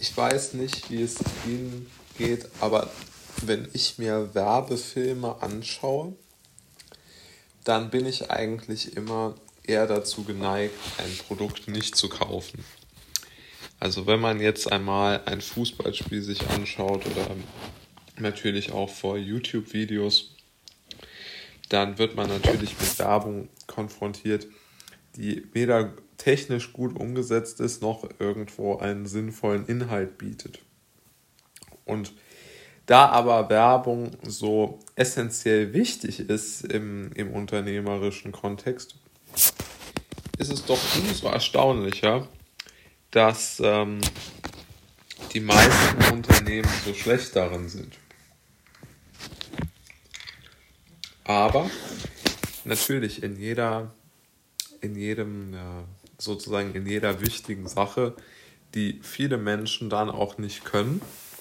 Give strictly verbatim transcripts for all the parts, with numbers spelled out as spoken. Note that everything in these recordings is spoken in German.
ich weiß nicht, wie es Ihnen geht, aber wenn ich mir Werbefilme anschaue, dann bin ich eigentlich immer eher dazu geneigt, ein Produkt nicht zu kaufen. Also wenn man jetzt einmal ein Fußballspiel sich anschaut oder natürlich auch vor YouTube-Videos, dann wird man natürlich mit Werbung konfrontiert, die weder technisch gut umgesetzt ist, noch irgendwo einen sinnvollen Inhalt bietet. Und da aber Werbung so essentiell wichtig ist im, im unternehmerischen Kontext, ist es doch umso erstaunlicher, dass ähm, die meisten Unternehmen so schlecht darin sind. Aber natürlich in jeder, in jedem, ja, sozusagen in jeder wichtigen Sache, die viele Menschen dann auch nicht können,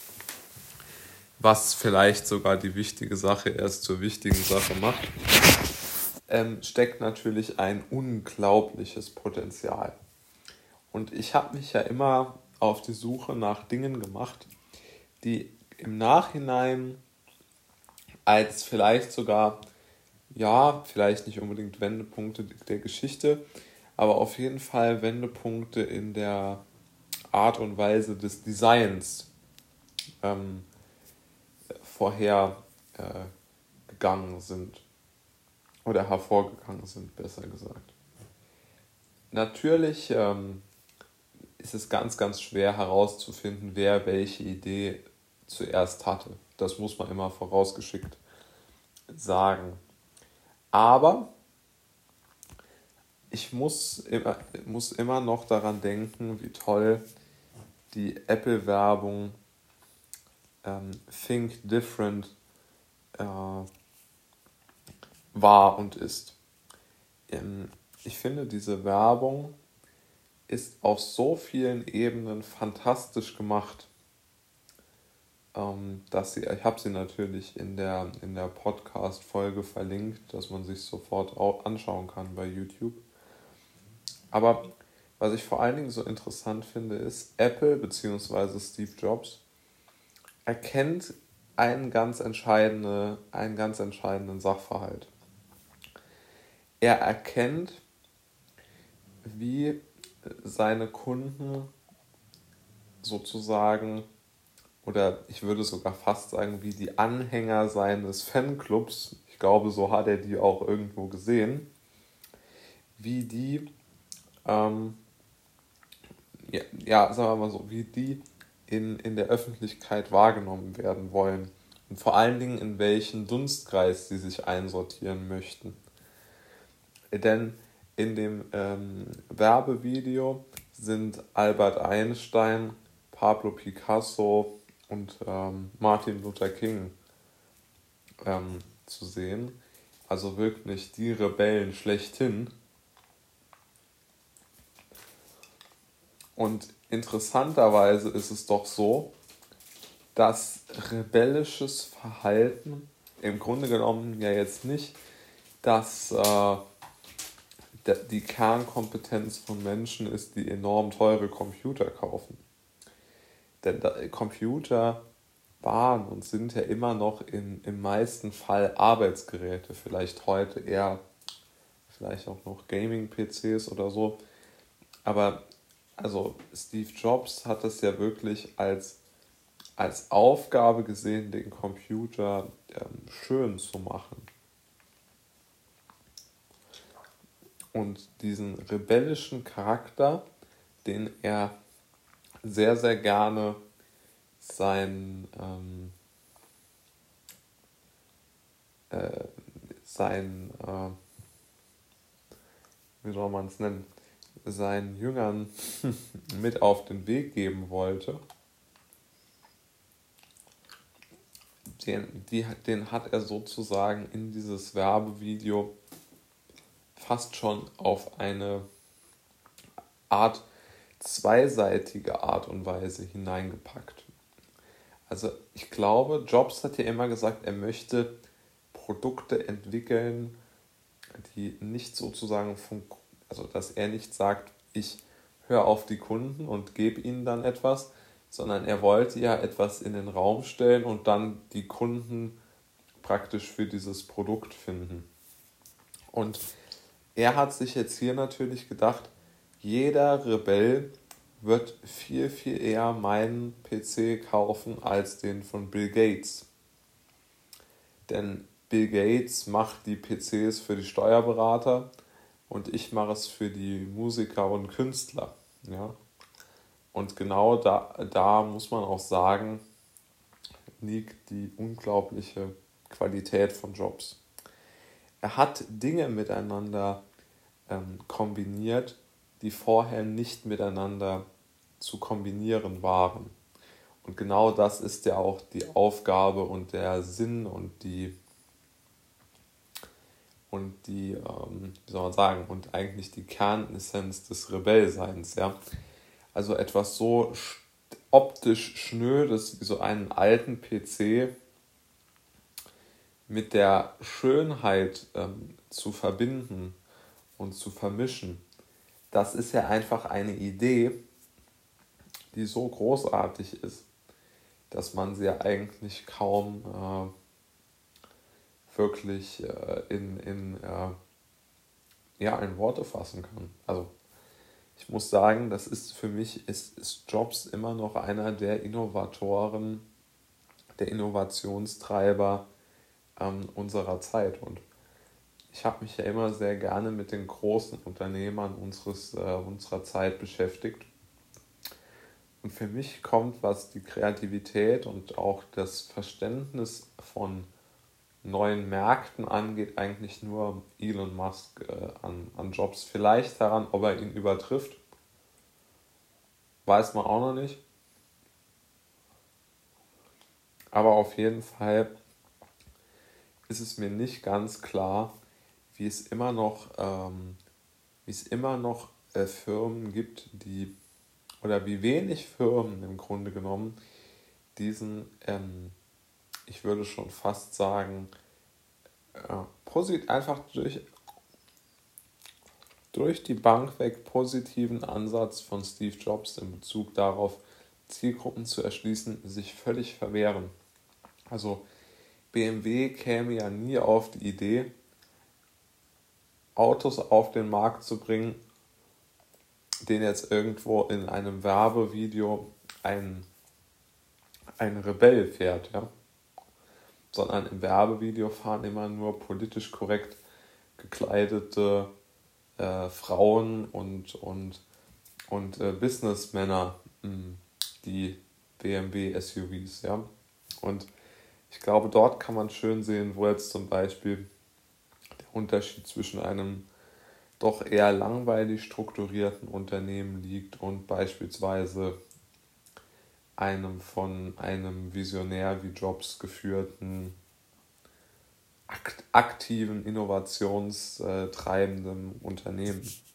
was vielleicht sogar die wichtige Sache erst zur wichtigen Sache macht, ähm, steckt natürlich ein unglaubliches Potenzial. Und ich habe mich ja immer auf die Suche nach Dingen gemacht, die im Nachhinein als vielleicht sogar, ja, vielleicht nicht unbedingt Wendepunkte der Geschichte, aber auf jeden Fall Wendepunkte in der Art und Weise des Designs ähm, vorher äh, gegangen sind oder hervorgegangen sind, besser gesagt. Natürlich ähm, ist es ganz, ganz schwer herauszufinden, wer welche Idee zuerst hatte. Das muss man immer vorausgeschickt sagen. Aber ich muss immer, muss immer noch daran denken, wie toll die Apple-Werbung ähm, Think Different äh, war und ist. Ähm, ich finde, diese Werbung ist auf so vielen Ebenen fantastisch gemacht, ähm, dass sie, ich habe sie natürlich in der, in der Podcast-Folge verlinkt, dass man sich sofort auch anschauen kann bei YouTube. Aber was ich vor allen Dingen so interessant finde, ist, Apple bzw. Steve Jobs erkennt einen ganz, entscheidende, einen ganz entscheidenden Sachverhalt. Er erkennt, wie seine Kunden sozusagen, oder ich würde sogar fast sagen, wie die Anhänger seines Fanclubs, ich glaube, so hat er die auch irgendwo gesehen, wie die, ähm, ja, ja, sagen wir mal so, wie die in, in der Öffentlichkeit wahrgenommen werden wollen und vor allen Dingen in welchen Dunstkreis sie sich einsortieren möchten. Denn in dem ähm, Werbevideo sind Albert Einstein, Pablo Picasso und ähm, Martin Luther King ähm, zu sehen. Also wirklich die Rebellen schlechthin. Und interessanterweise ist es doch so, dass rebellisches Verhalten im Grunde genommen ja jetzt nicht das äh, die Kernkompetenz von Menschen ist, die enorm teure Computer kaufen. Denn Computer waren und sind ja immer noch in, im meisten Fall Arbeitsgeräte, vielleicht heute eher, vielleicht auch noch Gaming-P Cs oder so. Aber also Steve Jobs hat es ja wirklich als, als Aufgabe gesehen, den Computer ähm, schön zu machen. Und diesen rebellischen Charakter, den er sehr, sehr gerne sein, ähm, äh, sein äh, wie soll man es nennen, seinen Jüngern mit auf den Weg geben wollte, den, die, den hat er sozusagen in dieses Werbevideo fast schon auf eine Art zweiseitige Art und Weise hineingepackt. Also ich glaube, Jobs hat ja immer gesagt, er möchte Produkte entwickeln, die nicht sozusagen, fun- also dass er nicht sagt, ich höre auf die Kunden und gebe ihnen dann etwas, sondern er wollte ja etwas in den Raum stellen und dann die Kunden praktisch für dieses Produkt finden. Und er hat sich jetzt hier natürlich gedacht, jeder Rebell wird viel, viel eher meinen P C kaufen als den von Bill Gates. Denn Bill Gates macht die P Cs für die Steuerberater und ich mache es für die Musiker und Künstler. Ja? Und genau da, da muss man auch sagen, liegt die unglaubliche Qualität von Jobs. Er hat Dinge miteinander ähm, kombiniert, die vorher nicht miteinander zu kombinieren waren. Und genau das ist ja auch die Aufgabe und der Sinn und die, und die ähm, wie soll man sagen, und eigentlich die Kernessenz des Rebellseins. Ja? Also etwas so optisch Schnödes wie so einen alten P C mit der Schönheit ähm, zu verbinden und zu vermischen, das ist ja einfach eine Idee, die so großartig ist, dass man sie ja eigentlich kaum äh, wirklich äh, in, in, äh, ja, in Worte fassen kann. Also ich muss sagen, das ist für mich, ist, ist Jobs immer noch einer der Innovatoren, der Innovationstreiber ähm, unserer Zeit. Und ich habe mich ja immer sehr gerne mit den großen Unternehmern unseres, äh, unserer Zeit beschäftigt. Und für mich kommt, was die Kreativität und auch das Verständnis von neuen Märkten angeht, eigentlich nur Elon Musk äh, an, an Jobs. Vielleicht daran, ob er ihn übertrifft, weiß man auch noch nicht. Aber auf jeden Fall ist es mir nicht ganz klar, wie es immer noch, ähm, wie es immer noch äh, Firmen gibt, die, oder wie wenig Firmen im Grunde genommen diesen, ähm, ich würde schon fast sagen, äh, posit- einfach durch, durch die Bank weg positiven Ansatz von Steve Jobs in Bezug darauf, Zielgruppen zu erschließen, sich völlig verwehren. Also B M W käme ja nie auf die Idee, Autos auf den Markt zu bringen, den jetzt irgendwo in einem Werbevideo ein, ein Rebell fährt, ja. Sondern im Werbevideo fahren immer nur politisch korrekt gekleidete äh, Frauen und, und, und äh, Businessmänner, mh, die B M W S U Vs, ja. Und ich glaube, dort kann man schön sehen, wo jetzt zum Beispiel der Unterschied zwischen einem doch eher langweilig strukturierten Unternehmen liegt und beispielsweise einem von einem Visionär wie Jobs geführten, aktiven, innovationstreibenden Unternehmen.